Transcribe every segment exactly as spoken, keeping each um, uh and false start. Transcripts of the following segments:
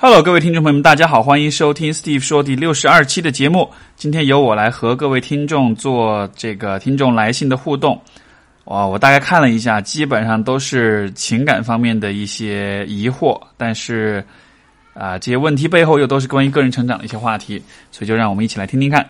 Hello， 各位听众朋友们，大家好，欢迎收听 Steve 说第六十二期的节目。今天由我来和各位听众做这个听众来信的互动。哇，我大概看了一下，基本上都是情感方面的一些疑惑，但是啊、呃，这些问题背后又都是关于个人成长的一些话题，所以就让我们一起来听听看。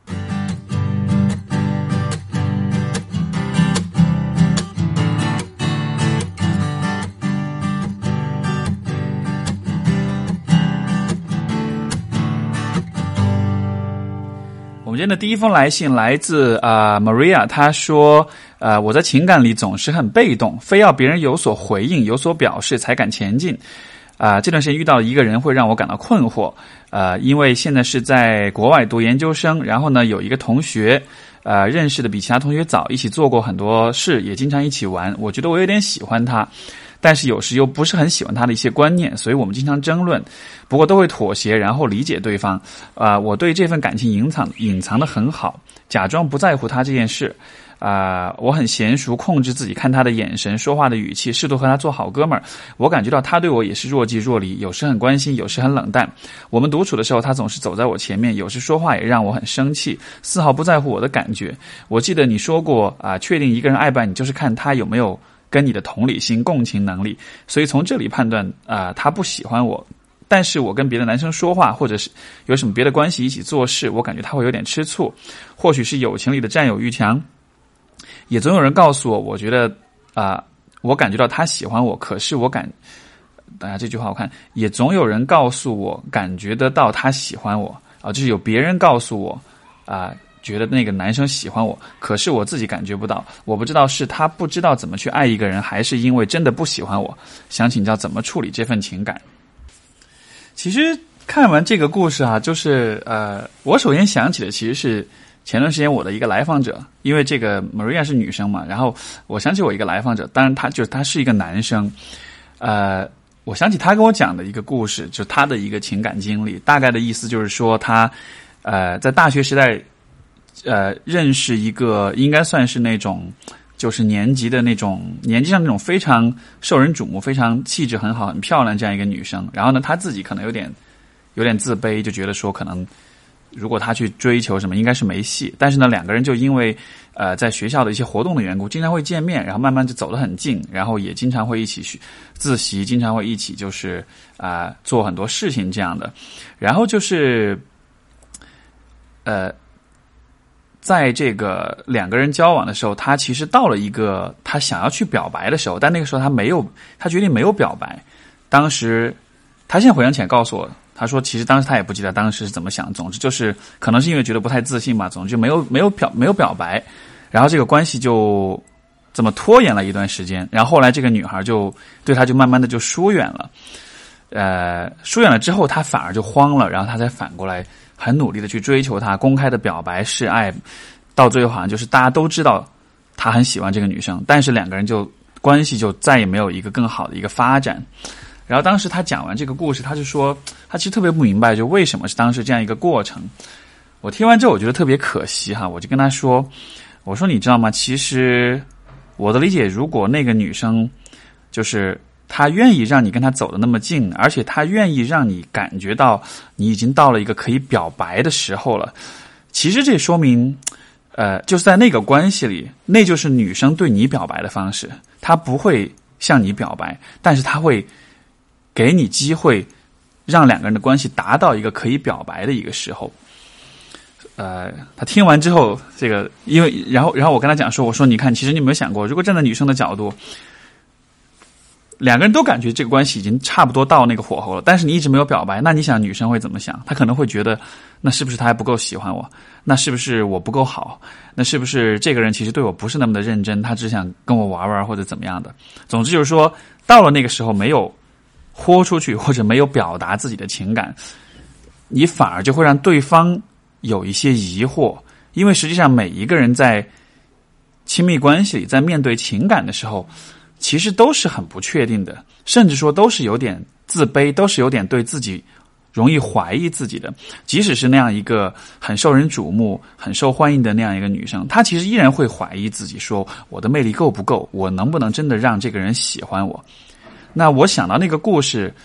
我们今天的第一封来信来自啊、呃、Maria， 她说，呃，我在情感里总是很被动，非要别人有所回应、有所表示才敢前进。啊、呃，这段时间遇到了一个人会让我感到困惑，呃，因为现在是在国外读研究生，然后呢有一个同学，呃，认识的比其他同学早，一起做过很多事，也经常一起玩。我觉得我有点喜欢他，但是有时又不是很喜欢他的一些观念，所以我们经常争论，不过都会妥协，然后理解对方。啊、呃，我对这份感情隐藏隐藏得很好，假装不在乎他这件事。啊、呃，我很娴熟，控制自己看他的眼神、说话的语气，试图和他做好哥们儿。我感觉到他对我也是若即若离，有时很关心，有时很冷淡。我们独处的时候，他总是走在我前面，有时说话也让我很生气，丝毫不在乎我的感觉。我记得你说过啊、呃，确定一个人爱不爱你，就是看他有没有跟你的同理心、共情能力。所以从这里判断啊、呃，他不喜欢我。但是我跟别的男生说话，或者是有什么别的关系一起做事，我感觉他会有点吃醋。或许是友情里的占有欲强。也总有人告诉我，我觉得啊、呃，我感觉到他喜欢我，可是我感，大家这句话我看，也总有人告诉我，感觉得到他喜欢我啊、呃，就是有别人告诉我啊、呃，觉得那个男生喜欢我，可是我自己感觉不到，我不知道是他不知道怎么去爱一个人，还是因为真的不喜欢我，想请教怎么处理这份情感。其实看完这个故事啊，就是呃，我首先想起的其实是前段时间我的一个来访者，因为这个 Maria 是女生嘛，然后我想起我一个来访者，当然他就是他是一个男生，呃，我想起他跟我讲的一个故事，就是他的一个情感经历，大概的意思就是说他呃在大学时代呃认识一个应该算是那种就是年级的那种年纪上那种非常受人瞩目、非常气质很好、很漂亮这样一个女生，然后呢他自己可能有点有点自卑，就觉得说可能如果他去追求什么应该是没戏，但是呢两个人就因为呃在学校的一些活动的缘故经常会见面，然后慢慢就走得很近，然后也经常会一起去自习，经常会一起就是啊、呃、做很多事情这样的。然后就是呃在这个两个人交往的时候，他其实到了一个他想要去表白的时候，但那个时候他没有他决定没有表白。当时他现在回想起来告诉我，他说其实当时他也不记得当时是怎么想，总之就是可能是因为觉得不太自信吧，总之就没有没有表没有表白，然后这个关系就这么拖延了一段时间，然后后来这个女孩就对他就慢慢的就疏远了，呃疏远了之后他反而就慌了，然后他才反过来很努力的去追求她，公开的表白示爱，到最后好像就是大家都知道他很喜欢这个女生，但是两个人就关系就再也没有一个更好的一个发展。然后当时他讲完这个故事，他就说他其实特别不明白就为什么是当时这样一个过程。我听完之后我觉得特别可惜哈，我就跟他说，我说你知道吗，其实我的理解，如果那个女生就是她愿意让你跟她走得那么近，而且她愿意让你感觉到你已经到了一个可以表白的时候了，其实这说明呃，就是在那个关系里，那就是女生对你表白的方式，她不会向你表白，但是她会给你机会让两个人的关系达到一个可以表白的一个时候。呃，他听完之后，这个因为然后然后我跟他讲说，我说你看，其实你有没有想过，如果站在女生的角度，两个人都感觉这个关系已经差不多到那个火候了，但是你一直没有表白，那你想女生会怎么想？她可能会觉得，那是不是她还不够喜欢我？那是不是我不够好？那是不是这个人其实对我不是那么的认真，他只想跟我玩玩或者怎么样的？总之就是说，到了那个时候没有豁出去或者没有表达自己的情感，你反而就会让对方有一些疑惑，因为实际上每一个人在亲密关系里，在面对情感的时候，其实都是很不确定的，甚至说都是有点自卑，都是有点对自己容易怀疑自己的。即使是那样一个很受人瞩目、很受欢迎的那样一个女生，她其实依然会怀疑自己，说我的魅力够不够，我能不能真的让这个人喜欢我。那我想到那个故事，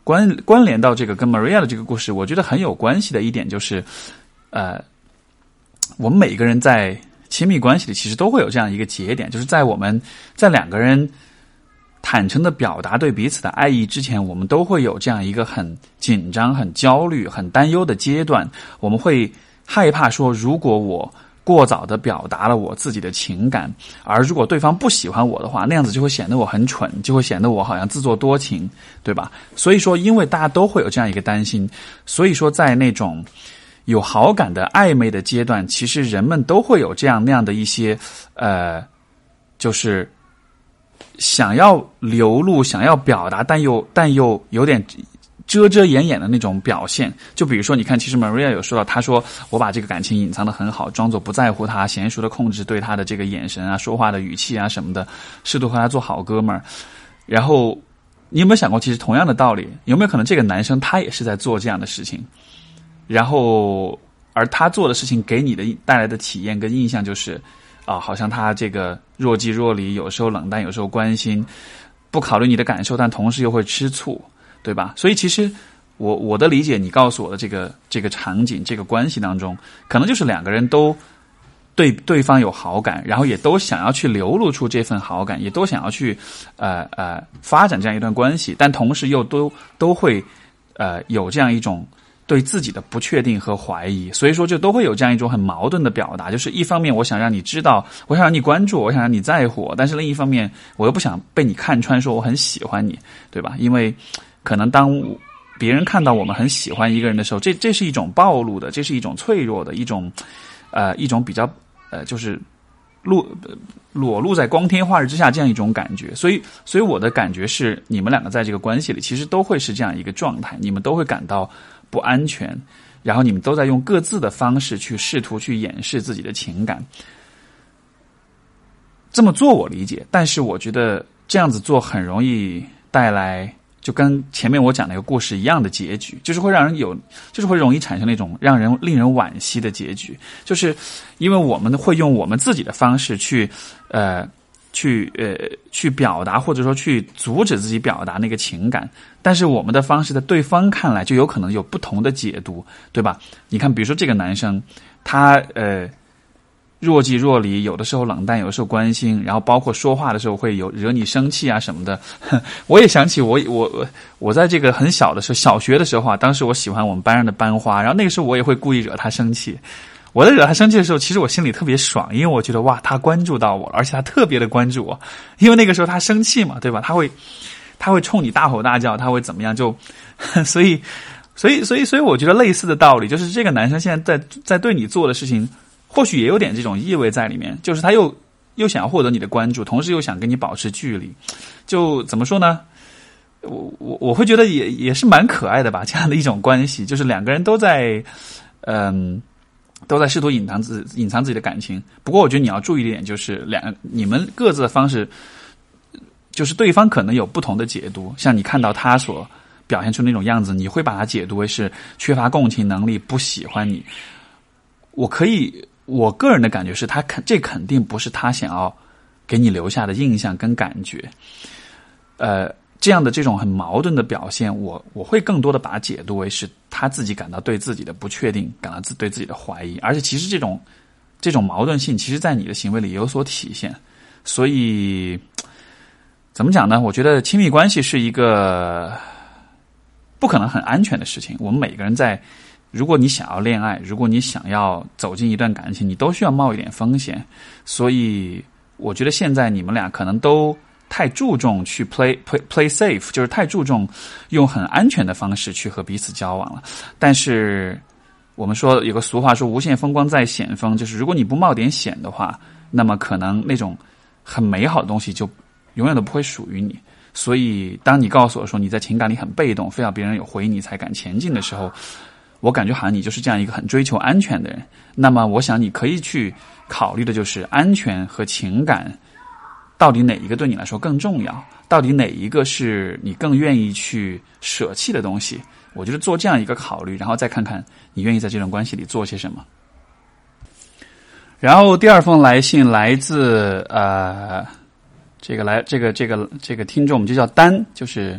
关关联到这个跟 Maria 的这个故事，我觉得很有关系的一点就是，呃，我们每个人在亲密关系里其实都会有这样一个节点，就是在我们在两个人坦诚的表达对彼此的爱意之前，我们都会有这样一个很紧张、很焦虑、很担忧的阶段。我们会害怕说，如果我过早的表达了我自己的情感，而如果对方不喜欢我的话，那样子就会显得我很蠢，就会显得我好像自作多情，对吧？所以说，因为大家都会有这样一个担心，所以说在那种有好感的暧昧的阶段，其实人们都会有这样那样的一些呃，就是想要流露、想要表达，但又但又有点遮遮掩掩的那种表现。就比如说，你看，其实 Maria 有说到，她说我把这个感情隐藏得很好，装作不在乎他，娴熟的控制对他的这个眼神啊、说话的语气啊什么的，试图和他做好哥们儿。然后你有没有想过，其实同样的道理，有没有可能这个男生他也是在做这样的事情？然后，而他做的事情给你的带来的体验跟印象就是啊，好像他这个若即若离，有时候冷淡，有时候关心，不考虑你的感受，但同时又会吃醋，对吧？所以其实我我的理解，你告诉我的这个这个场景、这个关系当中，可能就是两个人都对对方有好感，然后也都想要去流露出这份好感，也都想要去呃呃发展这样一段关系，但同时又都都会呃有这样一种对自己的不确定和怀疑，所以说就都会有这样一种很矛盾的表达，就是一方面我想让你知道，我想让你关注我，我想让你在乎我，但是另一方面我又不想被你看穿说我很喜欢你，对吧？因为可能当别人看到我们很喜欢一个人的时候，这这是一种暴露的，这是一种脆弱的，一种呃一种比较呃就是露裸露在光天化日之下这样一种感觉。所以所以我的感觉是，你们两个在这个关系里其实都会是这样一个状态，你们都会感到不安全，然后你们都在用各自的方式去试图去掩饰自己的情感。这么做我理解，但是我觉得这样子做很容易带来就跟前面我讲那个故事一样的结局，就是会让人有就是会容易产生那种让人令人惋惜的结局，就是因为我们会用我们自己的方式去呃去呃去表达，或者说去阻止自己表达那个情感，但是我们的方式在对方看来就有可能有不同的解读，对吧？你看，比如说这个男生，他呃若即若离，有的时候冷淡，有的时候关心，然后包括说话的时候会有惹你生气啊什么的。我也想起我我我在这个很小的时候，小学的时候啊，当时我喜欢我们班上的班花，然后那个时候我也会故意惹他生气。我在惹他生气的时候，其实我心里特别爽，因为我觉得哇，他关注到我了，而且他特别的关注我，因为那个时候他生气嘛，对吧？他会他会冲你大吼大叫，他会怎么样？就所以所以所以所以我觉得类似的道理，就是这个男生现在在在对你做的事情，或许也有点这种意味在里面，就是他又又想要获得你的关注，同时又想跟你保持距离，就怎么说呢？我我我会觉得也也是蛮可爱的吧，这样的一种关系，就是两个人都在嗯。都在试图隐藏自隐藏自己的感情。不过我觉得你要注意一点，就是两你们各自的方式，就是对方可能有不同的解读。像你看到他所表现出那种样子，你会把它解读为是缺乏共情能力，不喜欢你。我可以，我个人的感觉是他肯这肯定不是他想要给你留下的印象跟感觉。呃。这样的这种很矛盾的表现，我我会更多的把它解读为是他自己感到对自己的不确定，感到自对自己的怀疑，而且其实这种这种矛盾性，其实在你的行为里也有所体现。所以怎么讲呢？我觉得亲密关系是一个不可能很安全的事情。我们每个人在，如果你想要恋爱，如果你想要走进一段感情，你都需要冒一点风险。所以我觉得现在你们俩可能都太注重去 play play play safe， 就是太注重用很安全的方式去和彼此交往了。但是我们说有个俗话说无限风光在险峰，就是如果你不冒点险的话，那么可能那种很美好的东西就永远都不会属于你。所以当你告诉我说你在情感里很被动，非要别人有回应你才敢前进的时候，我感觉好像你就是这样一个很追求安全的人。那么我想你可以去考虑的就是安全和情感到底哪一个对你来说更重要？到底哪一个是你更愿意去舍弃的东西？我觉得做这样一个考虑，然后再看看你愿意在这段关系里做些什么。然后第二封来信来自呃，这个来这个这个这个听众，我们就叫丹，就是就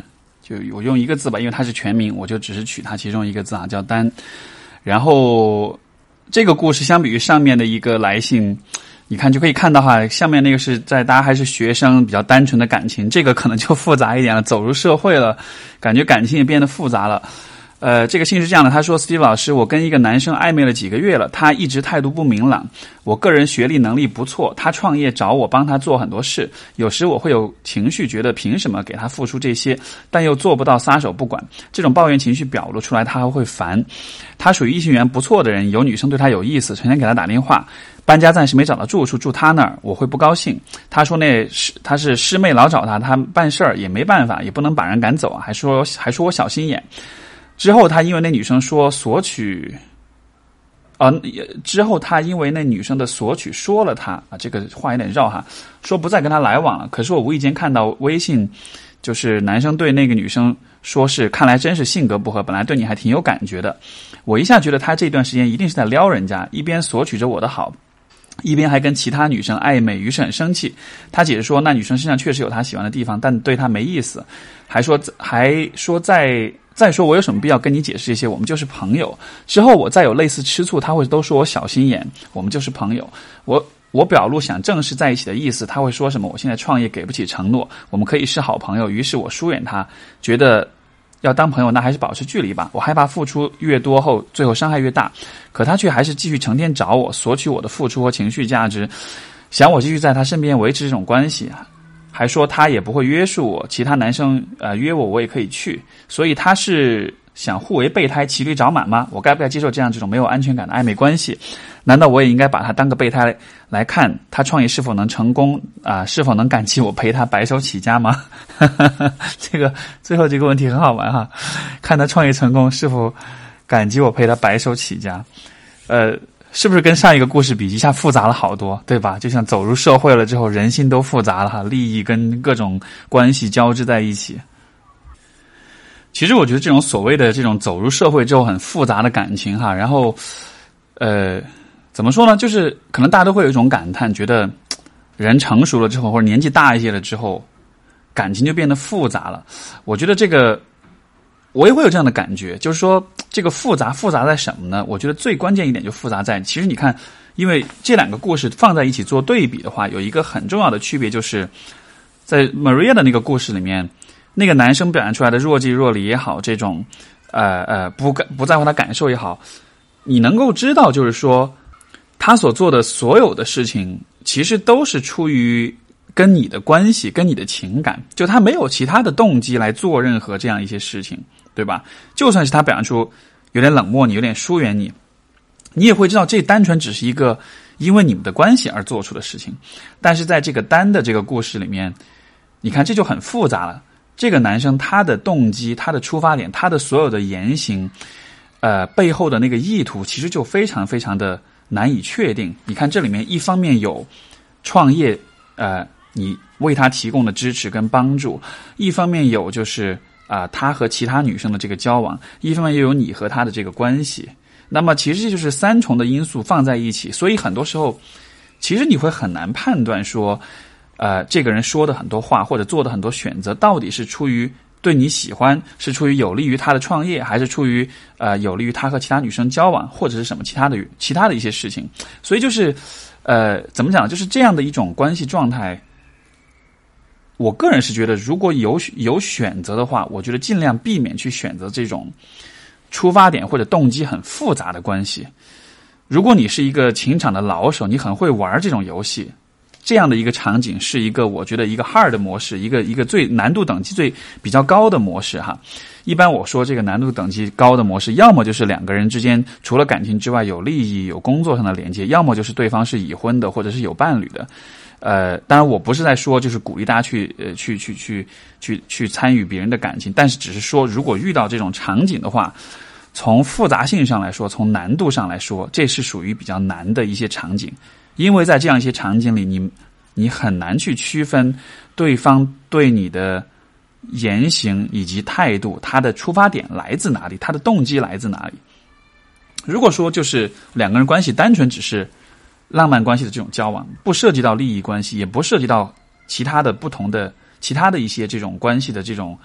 就我用一个字吧，因为它是全名，我就只是取它其中一个字啊，叫丹。然后这个故事相比于上面的一个来信，你看就可以看到哈，下面那个是在大家还是学生比较单纯的感情，这个可能就复杂一点了，走入社会了，感觉感情也变得复杂了。呃，这个信是这样的，他说 Steve 老师，我跟一个男生暧昧了几个月了，他一直态度不明朗，我个人学历能力不错，他创业找我帮他做很多事，有时我会有情绪，觉得凭什么给他付出这些，但又做不到撒手不管，这种抱怨情绪表露出来他还会烦。他属于异性缘不错的人，有女生对他有意思，成天给他打电话，搬家暂时没找到住处，住他那儿我会不高兴。他说那是他是师妹老找他，他办事儿也没办法，也不能把人赶走啊，还说还说我小心眼。之后他因为那女生说索取啊，之后他因为那女生的索取说了他啊，这个话有点绕哈，说不再跟他来往了。可是我无意间看到微信，就是男生对那个女生说是看来真是性格不合，本来对你还挺有感觉的。我一下觉得他这段时间一定是在撩人家，一边索取着我的好，一边还跟其他女生暧昧，于是很生气。他解释说那女生身上确实有他喜欢的地方，但对他没意思，还说还说在再说我有什么必要跟你解释这些，我们就是朋友。之后我再有类似吃醋，他会都说我小心眼，我们就是朋友。我我表露想正式在一起的意思，他会说什么我现在创业给不起承诺，我们可以是好朋友。于是我疏远他，觉得要当朋友那还是保持距离吧，我害怕付出越多后最后伤害越大。可他却还是继续成天找我，索取我的付出和情绪价值，想我继续在他身边维持这种关系，还说他也不会约束我，其他男生呃约我我也可以去，所以他是想互为备胎，骑驴找马吗？我该不该接受这样这种没有安全感的暧昧关系？难道我也应该把他当个备胎来看，他创业是否能成功啊、呃？是否能感激我陪他白手起家吗？这个最后这个问题很好玩哈，看他创业成功是否感激我陪他白手起家？呃。是不是跟上一个故事比一下复杂了好多，对吧？就像走入社会了之后，人心都复杂了哈，利益跟各种关系交织在一起。其实我觉得这种所谓的这种走入社会之后很复杂的感情哈，然后呃怎么说呢？就是可能大家都会有一种感叹，觉得人成熟了之后，或者年纪大一些了之后，感情就变得复杂了。我觉得这个我也会有这样的感觉，就是说这个复杂复杂在什么呢？我觉得最关键一点就复杂在，其实你看，因为这两个故事放在一起做对比的话，有一个很重要的区别，就是在 Maria 的那个故事里面，那个男生表现出来的若即若离也好，这种呃呃不不在乎他感受也好，你能够知道，就是说他所做的所有的事情，其实都是出于跟你的关系，跟你的情感，就他没有其他的动机来做任何这样一些事情，对吧？就算是他表现出有点冷漠你，有点疏远你，你也会知道这单纯只是一个因为你们的关系而做出的事情。但是在这个丹的这个故事里面，你看这就很复杂了。这个男生他的动机，他的出发点，他的所有的言行，呃，背后的那个意图，其实就非常非常的难以确定。你看这里面一方面有创业，呃，你为他提供的支持跟帮助，一方面有就是啊、呃，他和其他女生的这个交往，一方面又有你和他的这个关系。那么其实这就是三重的因素放在一起，所以很多时候其实你会很难判断说呃，这个人说的很多话或者做的很多选择到底是出于对你喜欢，是出于有利于他的创业，还是出于呃有利于他和其他女生交往，或者是什么其他的其他的一些事情。所以就是呃怎么讲，就是这样的一种关系状态，我个人是觉得如果有有选择的话，我觉得尽量避免去选择这种出发点或者动机很复杂的关系。如果你是一个情场的老手，你很会玩这种游戏，这样的一个场景是一个我觉得一个 hard 模式，一个一个最难度等级最比较高的模式哈。一般我说这个难度等级高的模式，要么就是两个人之间除了感情之外有利益有工作上的连接，要么就是对方是已婚的或者是有伴侣的。呃，当然我不是在说就是鼓励大家去呃去去去去去参与别人的感情，但是只是说如果遇到这种场景的话，从复杂性上来说，从难度上来说，这是属于比较难的一些场景。因为在这样一些场景里，你你很难去区分对方对你的言行以及态度，他的出发点来自哪里，他的动机来自哪里。如果说就是两个人关系单纯只是浪漫关系的这种交往，不涉及到利益关系，也不涉及到其他的不同的其他的一些这种关系的这种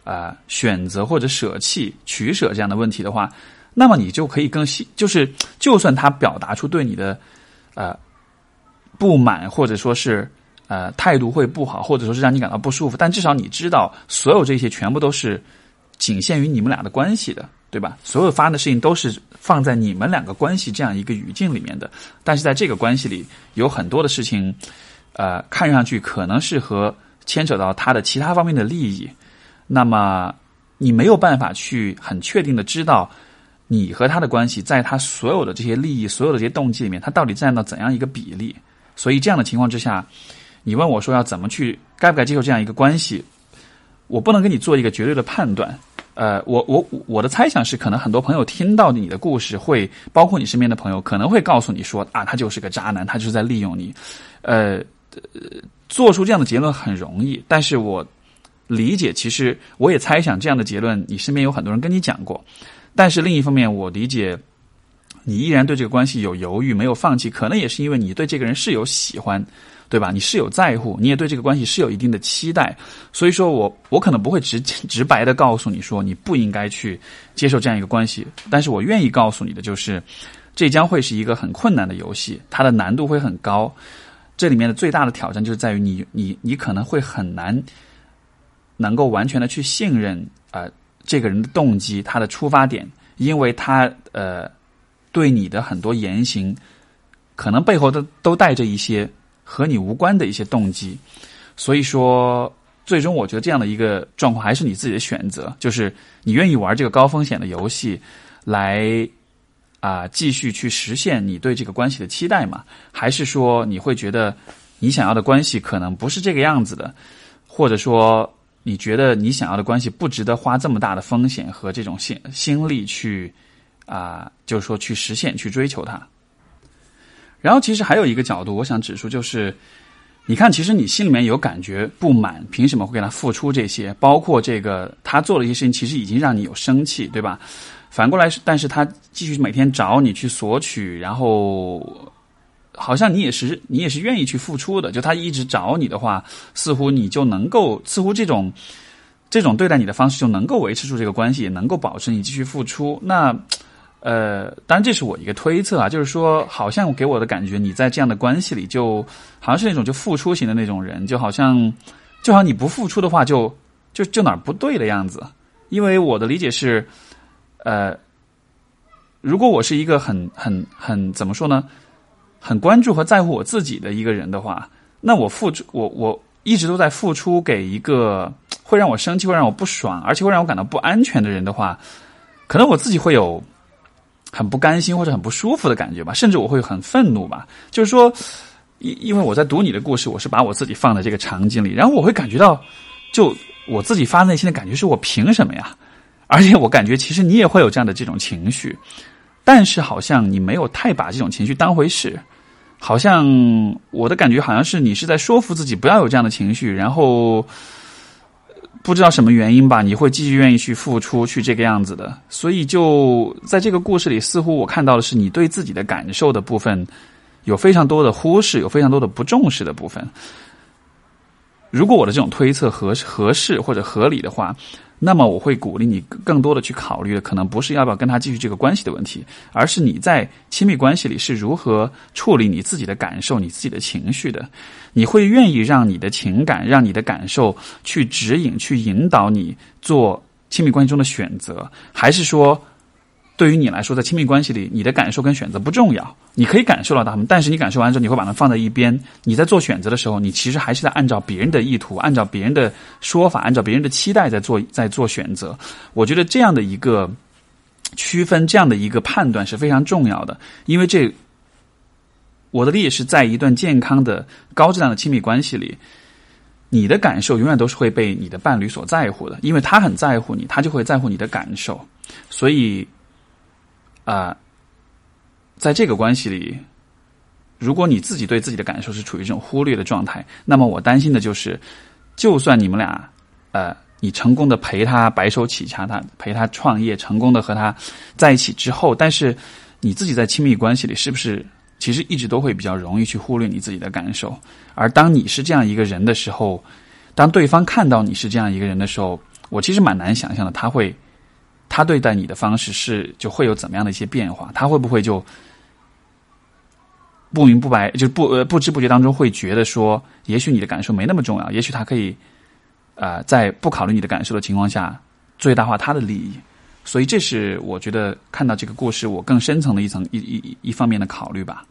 呃选择或者舍弃、取舍这样的问题的话，那么你就可以更细，就是就算他表达出对你的呃不满，或者说是呃态度会不好，或者说是让你感到不舒服，但至少你知道所有这些全部都是仅限于你们俩的关系的，对吧？所有发生的事情都是放在你们两个关系这样一个语境里面的，但是在这个关系里有很多的事情呃看上去可能是和牵扯到他的其他方面的利益，那么你没有办法去很确定的知道你和他的关系在他所有的这些利益、所有的这些动机里面，他到底占到怎样一个比例。所以这样的情况之下，你问我说要怎么去该不该接受这样一个关系，我不能给你做一个绝对的判断。呃，我我我的猜想是，可能很多朋友听到你的故事，会包括你身边的朋友，可能会告诉你说啊，他就是个渣男，他就是在利用你。呃，做出这样的结论很容易，但是我理解，其实我也猜想这样的结论，你身边有很多人跟你讲过。但是另一方面，我理解你依然对这个关系有犹豫，没有放弃，可能也是因为你对这个人是有喜欢，对吧？你是有在乎，你也对这个关系是有一定的期待，所以说我我可能不会直直白的告诉你说你不应该去接受这样一个关系，但是我愿意告诉你的就是，这将会是一个很困难的游戏，它的难度会很高，这里面的最大的挑战就是在于你你你可能会很难能够完全的去信任啊、呃、这个人的动机，他的出发点，因为他呃对你的很多言行，可能背后都都带着一些和你无关的一些动机，所以说最终我觉得这样的一个状况还是你自己的选择，就是你愿意玩这个高风险的游戏来啊、呃、继续去实现你对这个关系的期待嘛，还是说你会觉得你想要的关系可能不是这个样子的，或者说你觉得你想要的关系不值得花这么大的风险和这种心心力去啊、呃，就是说去实现、去追求它。然后其实还有一个角度我想指出，就是你看其实你心里面有感觉不满，凭什么会给他付出这些，包括这个他做了一些事情其实已经让你有生气，对吧？反过来是但是他继续每天找你去索取，然后好像你也是你也是愿意去付出的，就他一直找你的话，似乎你就能够似乎这种这种对待你的方式就能够维持住这个关系，也能够保持你继续付出。那呃，当然这是我一个推测啊，就是说好像给我的感觉，你在这样的关系里就好像是那种就付出型的那种人，就好像就好像你不付出的话就就就哪儿不对的样子。因为我的理解是呃如果我是一个很很很怎么说呢，很关注和在乎我自己的一个人的话，那我付出我我一直都在付出给一个会让我生气、会让我不爽，而且会让我感到不安全的人的话，可能我自己会有很不甘心或者很不舒服的感觉吧，甚至我会很愤怒吧。就是说，因因为我在读你的故事，我是把我自己放在这个场景里，然后我会感觉到，就我自己发自内心的感觉是我凭什么呀？而且我感觉其实你也会有这样的这种情绪，但是好像你没有太把这种情绪当回事。好像我的感觉好像是你是在说服自己不要有这样的情绪，然后不知道什么原因吧，你会继续愿意去付出，去这个样子的。所以就在这个故事里，似乎我看到的是你对自己的感受的部分有非常多的忽视，有非常多的不重视的部分。如果我的这种推测合合适或者合理的话，那么我会鼓励你更多的去考虑的可能不是要不要跟他继续这个关系的问题，而是你在亲密关系里是如何处理你自己的感受、你自己的情绪的。你会愿意让你的情感、让你的感受去指引、去引导你做亲密关系中的选择，还是说对于你来说，在亲密关系里你的感受跟选择不重要，你可以感受到他们，但是你感受完之后你会把它们放在一边，你在做选择的时候，你其实还是在按照别人的意图、按照别人的说法、按照别人的期待在做在做选择。我觉得这样的一个区分，这样的一个判断是非常重要的，因为这我的理解是在一段健康的高质量的亲密关系里，你的感受永远都是会被你的伴侣所在乎的，因为他很在乎你，他就会在乎你的感受。所以啊、呃，在这个关系里，如果你自己对自己的感受是处于这种忽略的状态，那么我担心的就是，就算你们俩，呃，你成功的陪他白手起家，他陪他创业，成功的和他在一起之后，但是你自己在亲密关系里是不是其实一直都会比较容易去忽略你自己的感受？而当你是这样一个人的时候，当对方看到你是这样一个人的时候， 我其实蛮难想象的，他会他对待你的方式是就会有怎么样的一些变化，他会不会就不明不白，就不呃不知不觉当中会觉得说，也许你的感受没那么重要，也许他可以呃在不考虑你的感受的情况下最大化他的利益。所以这是我觉得看到这个故事我更深层的一层一一一方面的考虑吧。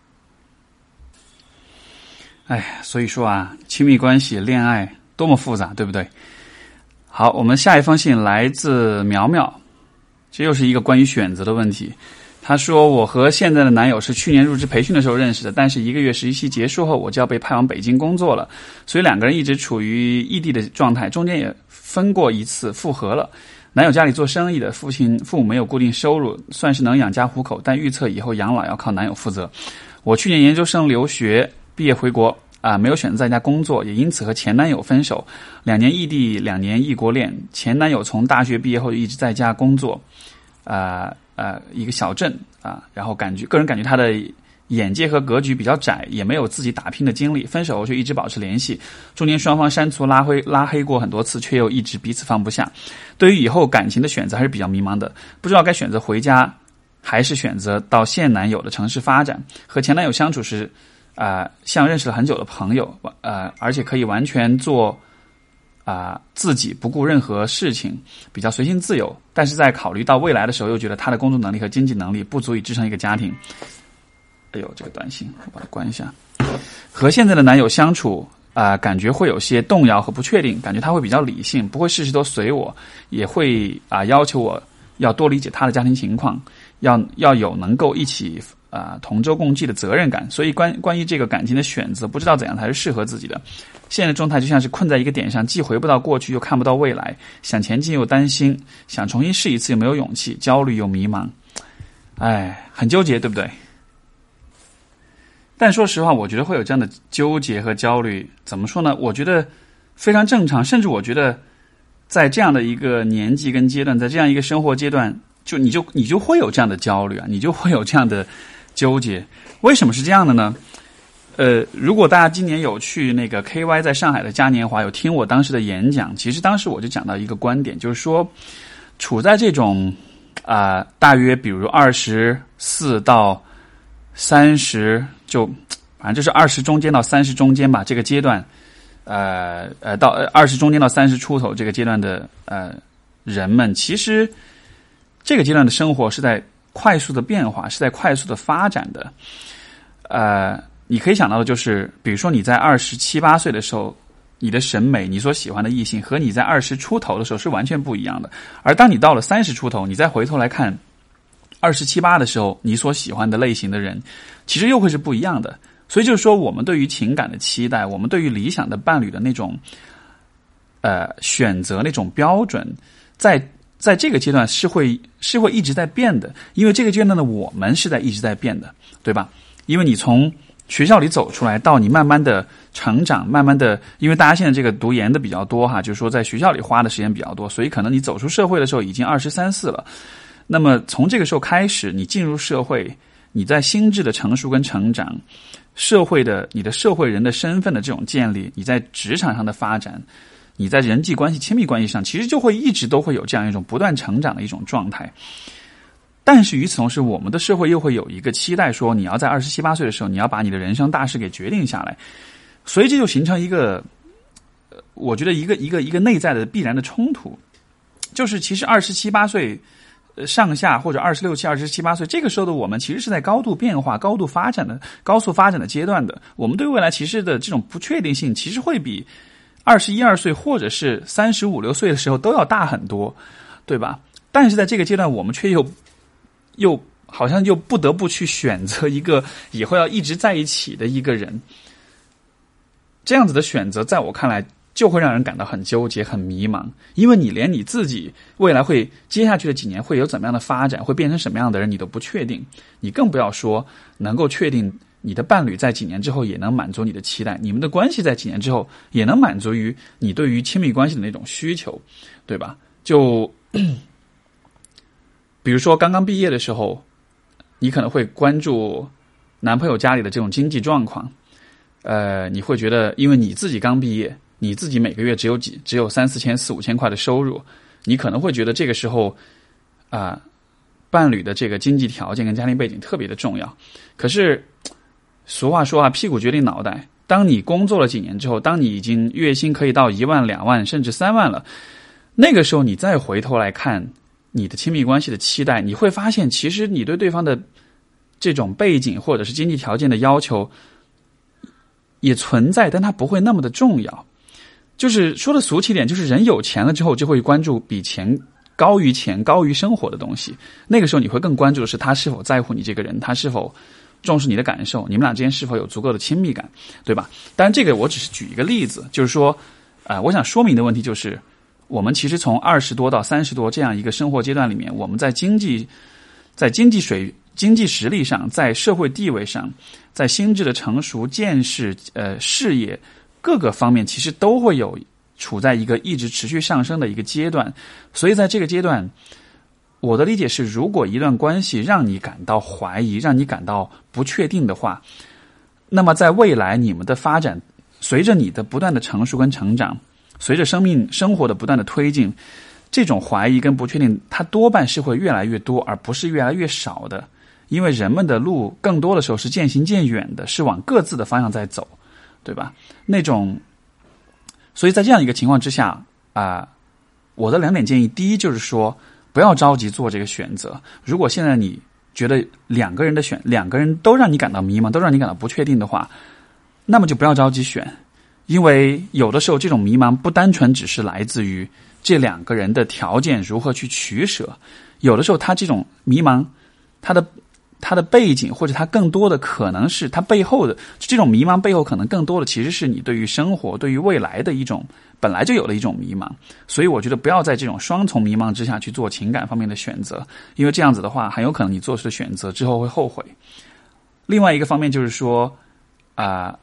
哎，所以说啊，亲密关系、恋爱多么复杂，对不对？好，我们下一封信来自苗苗，这又是一个关于选择的问题。他说，我和现在的男友是去年入职培训的时候认识的，但是一个月实习期结束后我就要被派往北京工作了，所以两个人一直处于异地的状态，中间也分过一次复合了。男友家里做生意的，父亲父母没有固定收入，算是能养家糊口，但预测以后养老要靠男友负责。我去年研究生留学毕业回国啊，没有选择在家工作，也因此和前男友分手。两年异地，两年异国恋。前男友从大学毕业后就一直在家工作，啊呃一个小镇啊，然后感觉个人感觉他的眼界和格局比较窄，也没有自己打拼的经历。分手后就一直保持联系，中间双方删除拉黑拉黑过很多次，却又一直彼此放不下。对于以后感情的选择还是比较迷茫的，不知道该选择回家还是选择到现男友的城市发展。和前男友相处时呃像认识了很久的朋友，呃而且可以完全做啊、呃、自己，不顾任何事情，比较随性自由。但是在考虑到未来的时候，又觉得他的工作能力和经济能力不足以支撑一个家庭。哎呦，这个短信我把它关一下。和现在的男友相处啊、呃，感觉会有些动摇和不确定，感觉他会比较理性，不会事事都随我，也会啊、呃、要求我要多理解他的家庭情况，要要有能够一起啊、呃、同舟共济的责任感。所以关关于这个感情的选择，不知道怎样才是适合自己的。现在的状态就像是困在一个点上，既回不到过去，又看不到未来，想前进又担心，想重新试一次又没有勇气，焦虑又迷茫。哎，很纠结，对不对？但说实话，我觉得会有这样的纠结和焦虑，怎么说呢？我觉得非常正常，甚至我觉得在这样的一个年纪跟阶段，在这样一个生活阶段，就你就你就会有这样的焦虑啊，你就会有这样的纠结。为什么是这样的呢？呃，如果大家今年有去那个 K Y 在上海的嘉年华，有听我当时的演讲，其实当时我就讲到一个观点，就是说，处在这种啊、呃，大约比如二十四到三十，就反正就是二十中间到三十中间吧，这个阶段，呃呃，到二十中间到三十出头这个阶段的呃人们，其实这个阶段的生活是在快速的变化，是在快速的发展的。呃，你可以想到的就是，比如说你在二十七八岁的时候，你的审美，你所喜欢的异性和你在二十出头的时候是完全不一样的。而当你到了三十出头，你再回头来看二十七八的时候，你所喜欢的类型的人，其实又会是不一样的。所以就是说，我们对于情感的期待，我们对于理想的伴侣的那种呃选择那种标准，在在这个阶段是会是会一直在变的，因为这个阶段的我们是在一直在变的，对吧？因为你从学校里走出来，到你慢慢的成长，慢慢的，因为大家现在这个读研的比较多哈，就是说在学校里花的时间比较多，所以可能你走出社会的时候已经二十三四了。那么从这个时候开始，你进入社会，你在心智的成熟跟成长，社会的你的社会人的身份的这种建立，你在职场上的发展，你在人际关系、亲密关系上，其实就会一直都会有这样一种不断成长的一种状态。但是与此同时，我们的社会又会有一个期待，说你要在二十七八岁的时候，你要把你的人生大事给决定下来。所以这就形成一个，我觉得一个一个一个内在的必然的冲突，就是其实二十七八岁上下或者二十六七、二十七八岁这个时候的我们，其实是在高度变化、高度发展的、高速发展的阶段的。我们对未来其实的这种不确定性，其实会比二十一二岁或者是三十五六岁的时候都要大很多，对吧？但是在这个阶段，我们却又又好像又不得不去选择一个以后要一直在一起的一个人，这样子的选择，在我看来就会让人感到很纠结、很迷茫，因为你连你自己未来会接下去的几年会有怎么样的发展，会变成什么样的人，你都不确定，你更不要说能够确定你的伴侣在几年之后也能满足你的期待，你们的关系在几年之后也能满足于你对于亲密关系的那种需求，对吧？就比如说刚刚毕业的时候，你可能会关注男朋友家里的这种经济状况，呃，你会觉得因为你自己刚毕业，你自己每个月只有几只有三四千四五千块的收入， 你可能会觉得这个时候啊、呃，伴侣的这个经济条件跟家庭背景特别的重要。可是俗话说啊，屁股决定脑袋。当你工作了几年之后，当你已经月薪可以到一万、两万甚至三万了，那个时候你再回头来看你的亲密关系的期待，你会发现其实你对对方的这种背景或者是经济条件的要求也存在，但它不会那么的重要。就是说的俗气点，就是人有钱了之后就会关注比钱高于钱高于生活的东西，那个时候你会更关注的是他是否在乎你这个人，他是否重视你的感受，你们俩之间是否有足够的亲密感，对吧？当然这个我只是举一个例子，就是说啊、呃，我想说明的问题就是我们其实从二十多到三十多这样一个生活阶段里面，我们在经济在经济水经济实力上，在社会地位上，在心智的成熟、见识、呃事业各个方面，其实都会有处在一个一直持续上升的一个阶段。所以在这个阶段，我的理解是，如果一段关系让你感到怀疑，让你感到不确定的话，那么在未来你们的发展，随着你的不断的成熟跟成长，随着生命生活的不断的推进，这种怀疑跟不确定它多半是会越来越多，而不是越来越少的。因为人们的路更多的时候是渐行渐远的，是往各自的方向在走，对吧？那种，所以在这样一个情况之下啊、呃，我的两点建议，第一就是说不要着急做这个选择。如果现在你觉得两个人的选两个人都让你感到迷茫，都让你感到不确定的话，那么就不要着急选。因为有的时候这种迷茫不单纯只是来自于这两个人的条件如何去取舍，有的时候他这种迷茫他的他的背景，或者他更多的可能是他背后的这种迷茫背后可能更多的其实是你对于生活对于未来的一种本来就有的一种迷茫。所以我觉得不要在这种双重迷茫之下去做情感方面的选择，因为这样子的话很有可能你做出的选择之后会后悔。另外一个方面就是说啊、呃，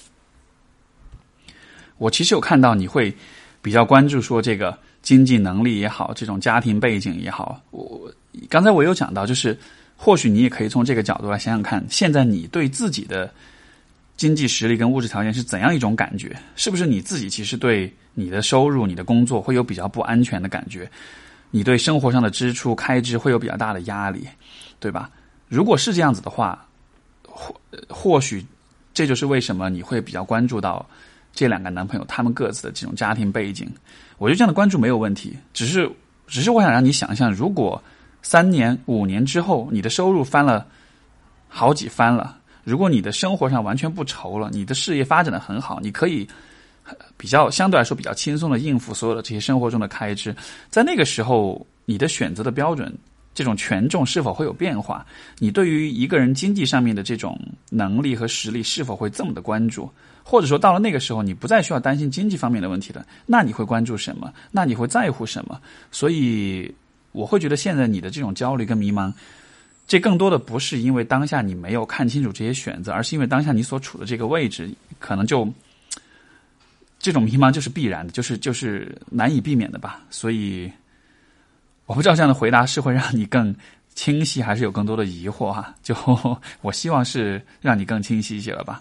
我其实有看到你会比较关注说这个经济能力也好，这种家庭背景也好，我刚才我有讲到，就是或许你也可以从这个角度来想想看，现在你对自己的经济实力跟物质条件是怎样一种感觉？是不是你自己其实对你的收入、你的工作会有比较不安全的感觉？你对生活上的支出、开支会有比较大的压力，对吧？如果是这样子的话，或或许这就是为什么你会比较关注到这两个男朋友他们各自的这种家庭背景。我觉得这样的关注没有问题，只是只是我想让你想象，如果三年、五年之后，你的收入翻了好几番了，如果你的生活上完全不愁了，你的事业发展得很好，你可以比较相对来说比较轻松的应付所有的这些生活中的开支，在那个时候，你的选择的标准，这种权重是否会有变化？你对于一个人经济上面的这种能力和实力是否会这么的关注？或者说到了那个时候，你不再需要担心经济方面的问题了，那你会关注什么？那你会在乎什么？所以我会觉得现在你的这种焦虑跟迷茫，这更多的不是因为当下你没有看清楚这些选择，而是因为当下你所处的这个位置，可能就这种迷茫就是必然的，就是就是难以避免的吧。所以我不知道这样的回答是会让你更清晰，还是有更多的疑惑哈？就我希望是让你更清晰一些了吧。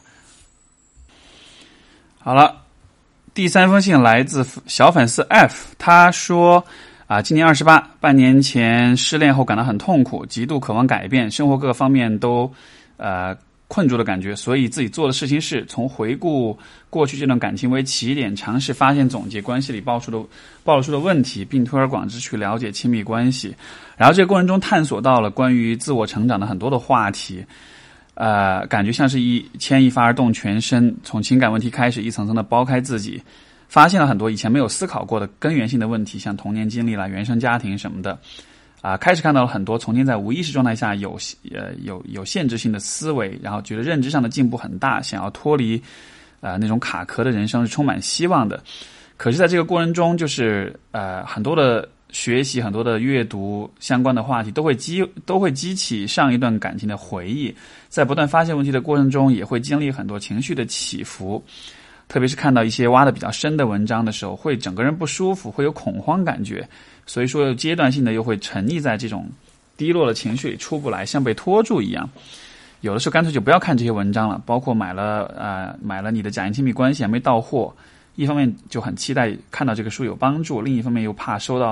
好了，第三封信来自小粉丝 F， 他说啊，今年二十八，半年前失恋后感到很痛苦，极度渴望改变，生活各个方面都呃困住的感觉，所以自己做的事情是从回顾过去这段感情为起点，尝试发现总结关系里爆出的暴露出的问题，并推而广之去了解亲密关系。然后这个过程中探索到了关于自我成长的很多的话题，呃，感觉像是一牵一发而动全身，从情感问题开始一层层的剥开自己，发现了很多以前没有思考过的根源性的问题，像童年经历啦、原生家庭什么的，啊、呃，开始看到了很多从前在无意识状态下有呃有有限制性的思维，然后觉得认知上的进步很大，想要脱离呃那种卡壳的人生是充满希望的。可是在这个过程中，就是呃很多的学习、很多的阅读相关的话题，都会激都会激起上一段感情的回忆，在不断发现问题的过程中，也会经历很多情绪的起伏。特别是看到一些挖得比较深的文章的时候，会整个人不舒服，会有恐慌感觉，所以说阶段性的又会沉溺在这种低落的情绪里出不来，像被拖住一样。有的时候干脆就不要看这些文章了，包括买了呃买了你的假性亲密关系还没到货，一方面就很期待看到这个书有帮助，另一方面又怕收到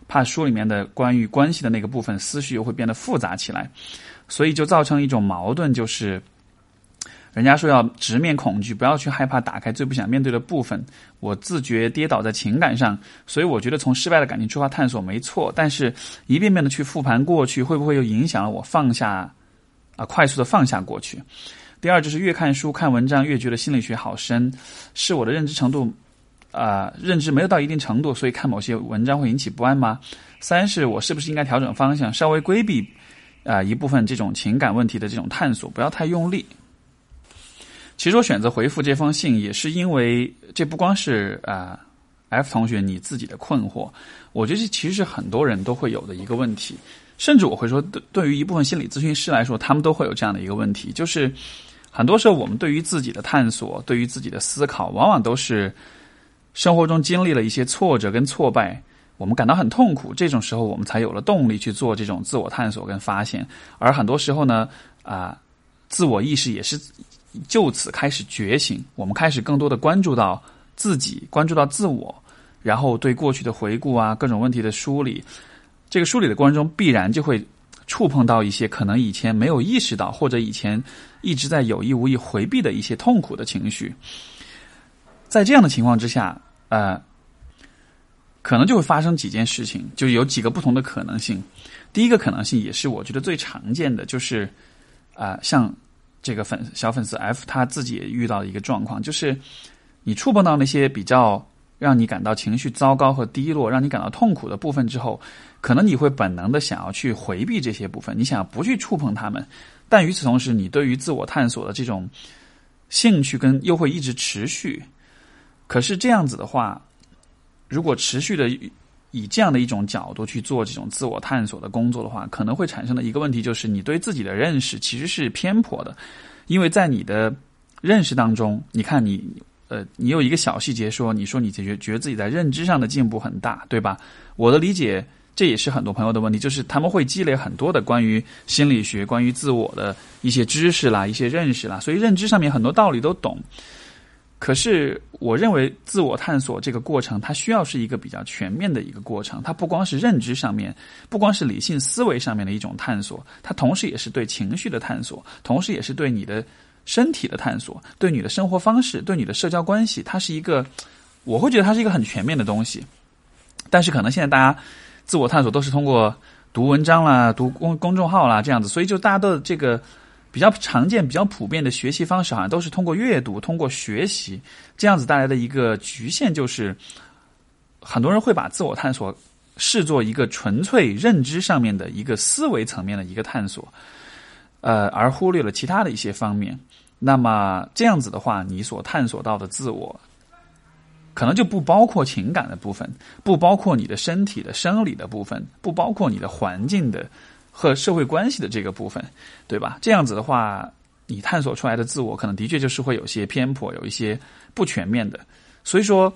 怕书里面的关于关系的那个部分思绪又会变得复杂起来，所以就造成一种矛盾，就是人家说要直面恐惧，不要去害怕打开最不想面对的部分。我自觉跌倒在情感上，所以我觉得从失败的感情出发探索没错，但是一遍遍的去复盘过去，会不会又影响了我放下啊、呃，快速的放下过去？第二就是越看书看文章越觉得心理学好深，是我的认知程度啊、呃，认知没有到一定程度，所以看某些文章会引起不安吗？三是我是不是应该调整方向，稍微规避啊、呃、一部分这种情感问题的这种探索，不要太用力。其实我选择回复这封信也是因为这不光是啊、呃、F 同学你自己的困惑，我觉得这其实是很多人都会有的一个问题，甚至我会说对于一部分心理咨询师来说，他们都会有这样的一个问题，就是很多时候我们对于自己的探索，对于自己的思考，往往都是生活中经历了一些挫折跟挫败，我们感到很痛苦，这种时候我们才有了动力去做这种自我探索跟发现。而很多时候呢啊、呃，自我意识也是就此开始觉醒，我们开始更多的关注到自己，关注到自我，然后对过去的回顾啊，各种问题的梳理，这个梳理的过程中必然就会触碰到一些可能以前没有意识到，或者以前一直在有意无意回避的一些痛苦的情绪。在这样的情况之下呃，可能就会发生几件事情，就有几个不同的可能性。第一个可能性也是我觉得最常见的，就是啊、呃，像这个粉小粉丝 F 他自己也遇到的一个状况，就是你触碰到那些比较让你感到情绪糟糕和低落，让你感到痛苦的部分之后，可能你会本能的想要去回避这些部分，你想要不去触碰它们，但与此同时你对于自我探索的这种兴趣跟又会一直持续。可是这样子的话，如果持续的以这样的一种角度去做这种自我探索的工作的话，可能会产生的一个问题就是你对自己的认识其实是偏颇的。因为在你的认识当中，你看你呃，你有一个小细节说，你说你觉觉得自己在认知上的进步很大，对吧？我的理解，这也是很多朋友的问题，就是他们会积累很多的关于心理学、关于自我的一些知识啦、一些认识啦，所以认知上面很多道理都懂。可是我认为自我探索这个过程，它需要是一个比较全面的一个过程，它不光是认知上面，不光是理性思维上面的一种探索，它同时也是对情绪的探索，同时也是对你的身体的探索，对你的生活方式，对你的社交关系，它是一个，我会觉得它是一个很全面的东西。但是可能现在大家自我探索都是通过读文章啦、读公公众号啦这样子，所以就大家的这个比较常见、比较普遍的学习方式，好像都是通过阅读、通过学习，这样子带来的一个局限就是，很多人会把自我探索视作一个纯粹认知上面的一个思维层面的一个探索，呃，而忽略了其他的一些方面。那么这样子的话，你所探索到的自我，可能就不包括情感的部分，不包括你的身体的生理的部分，不包括你的环境的和社会关系的这个部分，对吧？这样子的话，你探索出来的自我可能的确就是会有些偏颇，有一些不全面的。所以说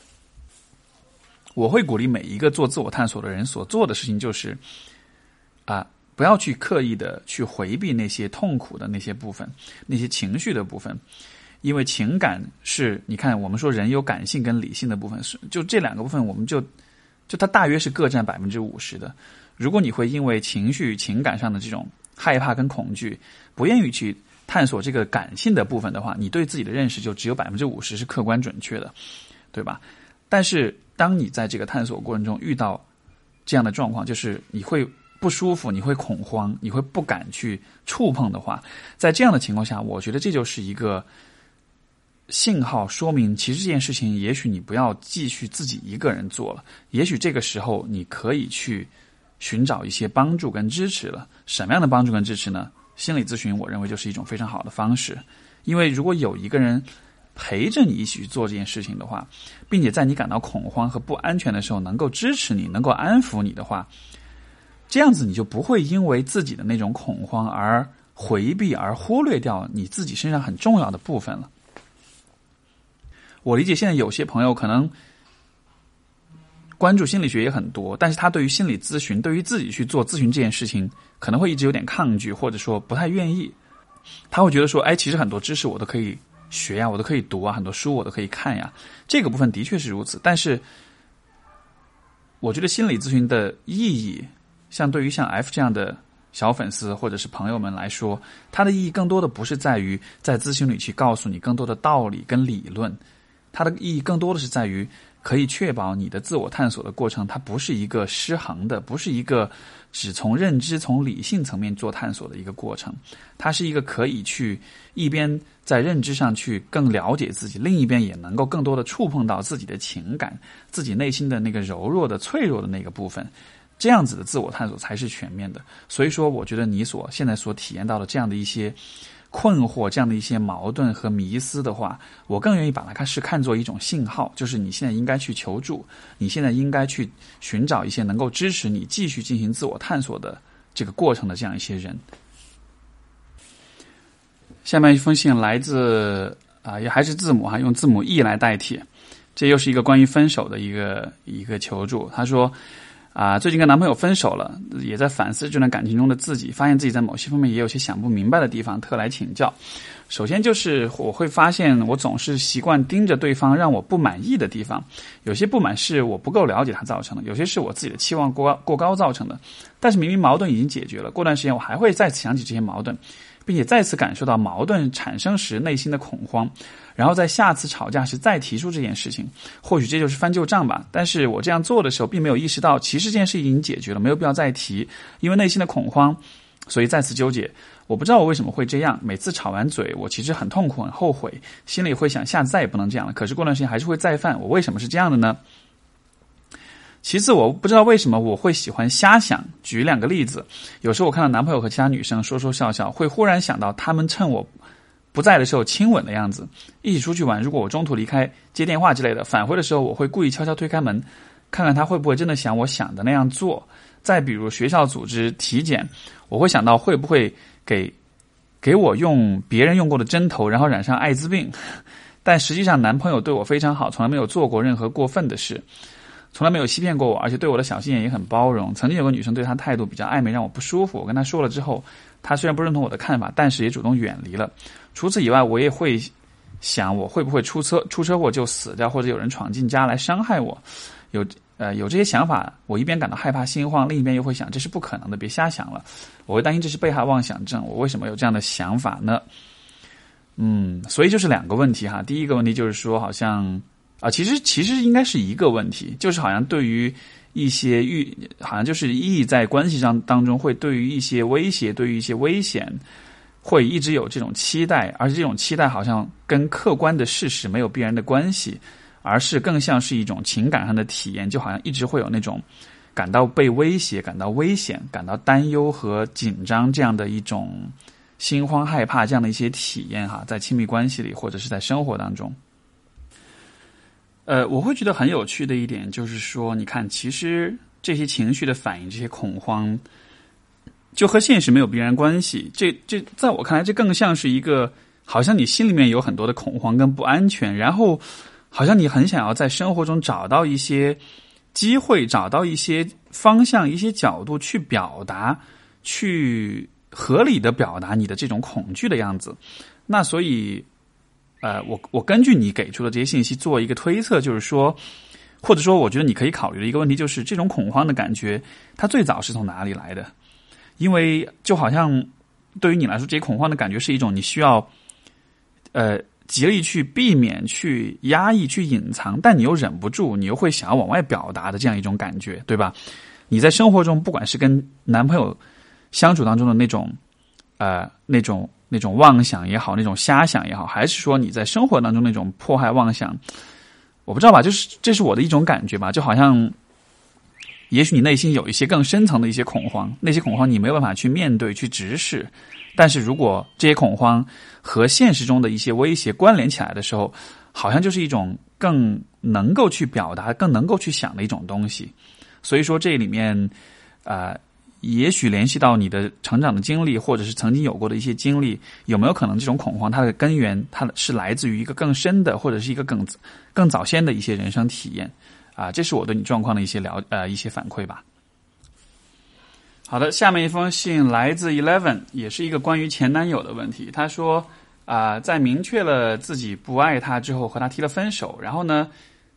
我会鼓励每一个做自我探索的人所做的事情就是啊，不要去刻意的去回避那些痛苦的那些部分，那些情绪的部分。因为情感是，你看我们说人有感性跟理性的部分，就这两个部分我们就就它大约是各占百分之五十的。如果你会因为情绪情感上的这种害怕跟恐惧，不愿意去探索这个感性的部分的话，你对自己的认识就只有百分之五十是客观准确的，对吧？但是当你在这个探索过程中遇到这样的状况，就是你会不舒服，你会恐慌，你会不敢去触碰的话，在这样的情况下，我觉得这就是一个信号，说明其实这件事情也许你不要继续自己一个人做了，也许这个时候你可以去寻找一些帮助跟支持了。什么样的帮助跟支持呢？心理咨询我认为就是一种非常好的方式，因为如果有一个人陪着你一起去做这件事情的话，并且在你感到恐慌和不安全的时候能够支持你，能够安抚你的话，这样子你就不会因为自己的那种恐慌而回避，而忽略掉你自己身上很重要的部分了。我理解现在有些朋友可能关注心理学也很多，但是他对于心理咨询，对于自己去做咨询这件事情可能会一直有点抗拒，或者说不太愿意。他会觉得说，哎，其实很多知识我都可以学呀，我都可以读啊，很多书我都可以看呀，这个部分的确是如此。但是我觉得心理咨询的意义，像对于像 F 这样的小粉丝或者是朋友们来说，它的意义更多的不是在于在咨询里去告诉你更多的道理跟理论，它的意义更多的是在于可以确保你的自我探索的过程，它不是一个失衡的，不是一个只从认知从理性层面做探索的一个过程，它是一个可以去一边在认知上去更了解自己，另一边也能够更多的触碰到自己的情感，自己内心的那个柔弱的脆弱的那个部分，这样子的自我探索才是全面的。所以说我觉得你所现在所体验到的这样的一些困惑，这样的一些矛盾和迷思的话，我更愿意把它是看作一种信号，就是你现在应该去求助，你现在应该去寻找一些能够支持你继续进行自我探索的这个过程的这样一些人。下面一封信来自啊、呃，也还是字母哈，用字母 E 来代替，这又是一个关于分手的一个一个求助。他说啊，最近跟男朋友分手了，也在反思这段感情中的自己，发现自己在某些方面也有些想不明白的地方，特来请教。首先就是我会发现我总是习惯盯着对方让我不满意的地方，有些不满是我不够了解他造成的，有些是我自己的期望过高过高造成的。但是明明矛盾已经解决了，过段时间我还会再次想起这些矛盾，并且再次感受到矛盾产生时内心的恐慌，然后在下次吵架时再提出这件事情。或许这就是翻旧账吧，但是我这样做的时候并没有意识到其实这件事已经解决了，没有必要再提，因为内心的恐慌所以再次纠结。我不知道我为什么会这样，每次吵完嘴我其实很痛苦很后悔，心里会想下次再也不能这样了，可是过段时间还是会再犯，我为什么是这样的呢？其次我不知道为什么我会喜欢瞎想，举两个例子。有时候我看到男朋友和其他女生说说笑笑，会忽然想到他们趁我不在的时候亲吻的样子，一起出去玩，如果我中途离开接电话之类的，返回的时候我会故意悄悄推开门，看看他会不会真的想我想的那样做。再比如学校组织体检，我会想到会不会给给我用别人用过的针头，然后染上艾滋病。但实际上男朋友对我非常好，从来没有做过任何过分的事，从来没有欺骗过我，而且对我的小心眼也很包容。曾经有个女生对他态度比较暧昧，让我不舒服，我跟他说了之后，他虽然不认同我的看法，但是也主动远离了。除此以外，我也会想我会不会出车出车祸就死掉，或者有人闯进家来伤害我。有呃有这些想法，我一边感到害怕心慌，另一边又会想这是不可能的，别瞎想了。我会担心这是被害妄想症，我为什么有这样的想法呢？嗯，所以就是两个问题哈。第一个问题就是说好像啊，其实其实应该是一个问题，就是好像对于一些遇，好像就是意在关系上当中会对于一些威胁，对于一些危险，会一直有这种期待，而且这种期待好像跟客观的事实没有必然的关系，而是更像是一种情感上的体验，就好像一直会有那种感到被威胁、感到危险、感到担忧和紧张这样的一种心慌害怕这样的一些体验哈，在亲密关系里或者是在生活当中。呃，我会觉得很有趣的一点就是说，你看，其实这些情绪的反应，这些恐慌，就和现实没有必然关系。这这，在我看来，这更像是一个，好像你心里面有很多的恐慌跟不安全，然后好像你很想要在生活中找到一些机会，找到一些方向、一些角度去表达，去合理的表达你的这种恐惧的样子。那所以。呃，我我根据你给出的这些信息做一个推测，就是说，或者说，我觉得你可以考虑的一个问题就是，这种恐慌的感觉，它最早是从哪里来的？因为就好像对于你来说，这些恐慌的感觉是一种你需要，呃，极力去避免、去压抑、去隐藏，但你又忍不住，你又会想要往外表达的这样一种感觉，对吧？你在生活中，不管是跟男朋友相处当中的那种，呃，那种。那种妄想也好，那种瞎想也好，还是说你在生活当中那种迫害妄想，我不知道吧，就是这是我的一种感觉吧，就好像也许你内心有一些更深层的一些恐慌，那些恐慌你没有办法去面对去直视，但是如果这些恐慌和现实中的一些威胁关联起来的时候，好像就是一种更能够去表达更能够去想的一种东西。所以说这里面呃也许联系到你的成长的经历，或者是曾经有过的一些经历，有没有可能这种恐慌它的根源它是来自于一个更深的，或者是一个更更早先的一些人生体验啊？这是我对你状况的一些了呃一些反馈吧。好的，下面一封信来自 Eleven， 也是一个关于前男友的问题。他说啊、呃，在明确了自己不爱他之后，和他提了分手，然后呢，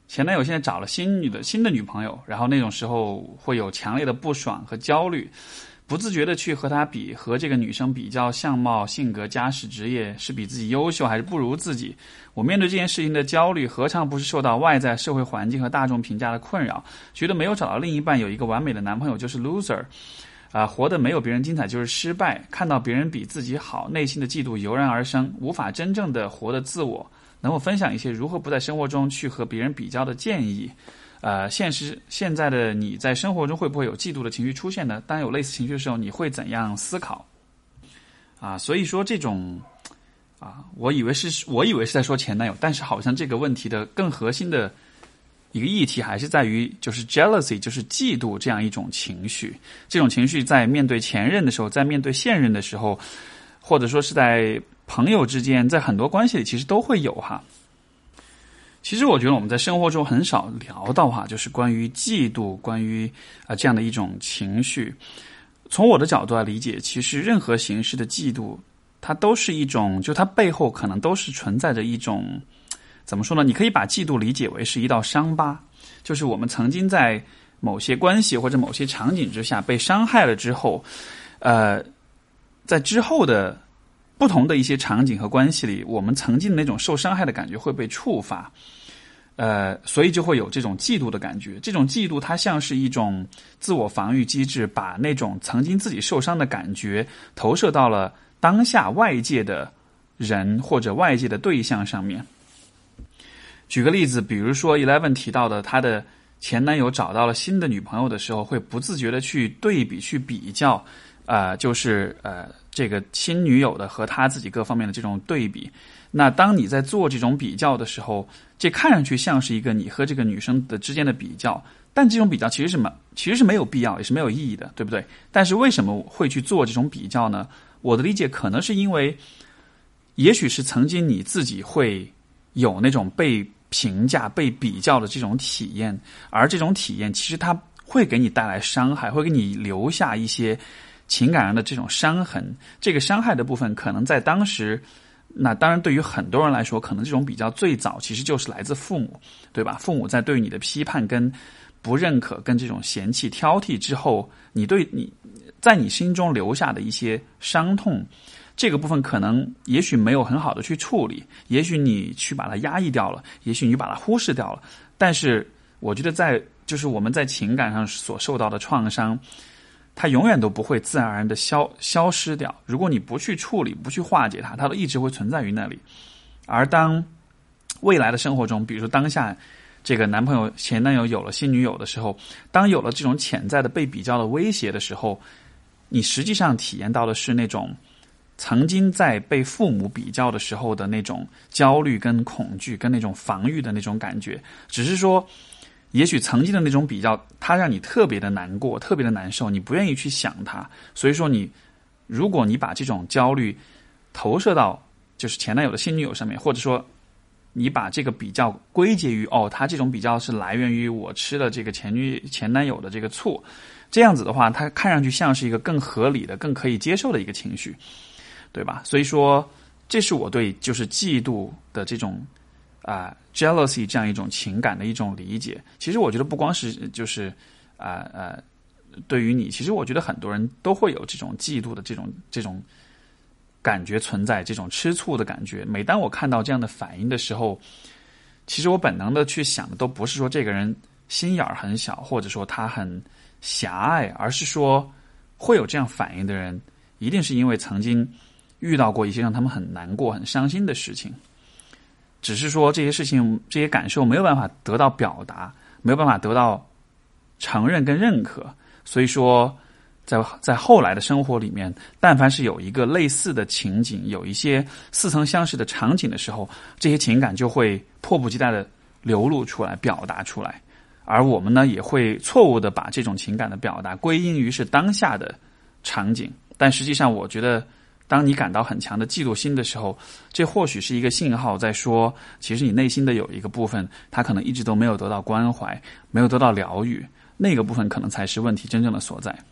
前男友现在找了新女的新的女朋友，然后那种时候会有强烈的不爽和焦虑，不自觉的去和她比，和这个女生比较相貌、性格、家世、职业，是比自己优秀还是不如自己。我面对这件事情的焦虑，何尝不是受到外在社会环境和大众评价的困扰，觉得没有找到另一半，有一个完美的男朋友就是 loser， 啊、呃，活得没有别人精彩就是失败，看到别人比自己好，内心的嫉妒油然而生，无法真正的活得自我。能否分享一些如何不在生活中去和别人比较的建议？呃，现实现在的你在生活中会不会有嫉妒的情绪出现呢？当有类似情绪的时候，你会怎样思考？啊，所以说这种啊，我以为是我以为是在说前男友，但是好像这个问题的更核心的一个议题还是在于就是 jealousy， 就是嫉妒这样一种情绪。这种情绪在面对前任的时候，在面对现任的时候，或者说是在朋友之间，在很多关系里其实都会有哈。其实我觉得我们在生活中很少聊到哈，就是关于嫉妒，关于啊、呃、这样的一种情绪。从我的角度来理解，其实任何形式的嫉妒，它都是一种，就它背后可能都是存在着一种，怎么说呢？你可以把嫉妒理解为是一道伤疤，就是我们曾经在某些关系或者某些场景之下被伤害了之后，呃，在之后的不同的一些场景和关系里，我们曾经的那种受伤害的感觉会被触发，呃，所以就会有这种嫉妒的感觉。这种嫉妒它像是一种自我防御机制，把那种曾经自己受伤的感觉投射到了当下外界的人或者外界的对象上面。举个例子，比如说 Eleven 提到的她的前男友找到了新的女朋友的时候，会不自觉的去对比去比较，呃，就是呃这个新女友的和他自己各方面的这种对比。那当你在做这种比较的时候，这看上去像是一个你和这个女生的之间的比较，但这种比较其实是没其实是没有必要，也是没有意义的，对不对？但是为什么会去做这种比较呢？我的理解可能是因为，也许是曾经你自己会有那种被评价、被比较的这种体验，而这种体验其实它会给你带来伤害，会给你留下一些情感上的这种伤痕。这个伤害的部分可能在当时，那当然对于很多人来说，可能这种比较最早其实就是来自父母，对吧？父母在对你的批判跟不认可跟这种嫌弃挑剔之后，你对你在你心中留下的一些伤痛，这个部分可能也许没有很好的去处理，也许你去把它压抑掉了，也许你把它忽视掉了。但是我觉得在就是我们在情感上所受到的创伤，它永远都不会自然而然的消消失掉。如果你不去处理，不去化解它，它都一直会存在于那里。而当未来的生活中，比如说当下这个男朋友前男友有了新女友的时候，当有了这种潜在的被比较的威胁的时候，你实际上体验到的是那种曾经在被父母比较的时候的那种焦虑跟恐惧跟那种防御的那种感觉。只是说也许曾经的那种比较它让你特别的难过，特别的难受，你不愿意去想它。所以说你如果你把这种焦虑投射到就是前男友的新女友上面，或者说你把这个比较归结于哦，他这种比较是来源于我吃了这个前女前男友的这个醋，这样子的话，它看上去像是一个更合理的、更可以接受的一个情绪，对吧？所以说，这是我对就是嫉妒的这种啊、呃、jealousy 这样一种情感的一种理解。其实我觉得不光是就是啊 呃, 呃对于你，其实我觉得很多人都会有这种嫉妒的这种这种感觉存在，这种吃醋的感觉。每当我看到这样的反应的时候，其实我本能的去想的都不是说这个人心眼儿很小，或者说他很狭隘，而是说会有这样反应的人，一定是因为曾经遇到过一些让他们很难过、很伤心的事情。只是说这些事情、这些感受没有办法得到表达，没有办法得到承认跟认可，所以说在在后来的生活里面，但凡是有一个类似的情景，有一些似曾相识的场景的时候，这些情感就会迫不及待的流露出来、表达出来。而我们呢，也会错误的把这种情感的表达归因于是当下的场景。但实际上，我觉得当你感到很强的嫉妒心的时候，这或许是一个信号，在说其实你内心的有一个部分，它可能一直都没有得到关怀，没有得到疗愈，那个部分可能才是问题真正的所在。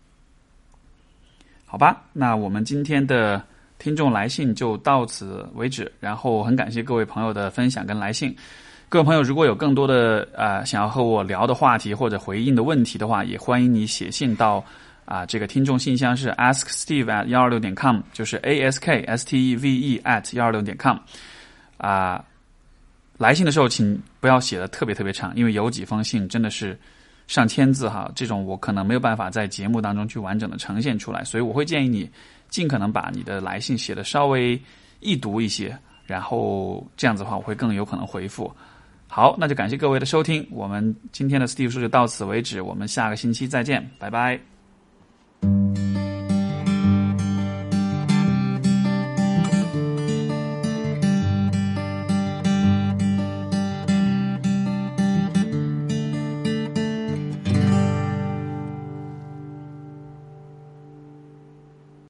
好吧，那我们今天的听众来信就到此为止，然后很感谢各位朋友的分享跟来信。 各位朋友，如果有更多的啊、呃、想要和我聊的话题或者回应的问题的话，也欢迎你写信到啊、呃、这个听众信箱是 ask steve at 一二六点 com， 就是 A S K S T E V E at 一二六点 com 啊、呃。来信的时候请不要写的特别特别长，因为有几封信真的是上千字哈，这种我可能没有办法在节目当中去完整的呈现出来，所以我会建议你尽可能把你的来信写的稍微易读一些，然后这样子的话我会更有可能回复。好，那就感谢各位的收听，我们今天的 Steve 说就到此为止，我们下个星期再见，拜拜。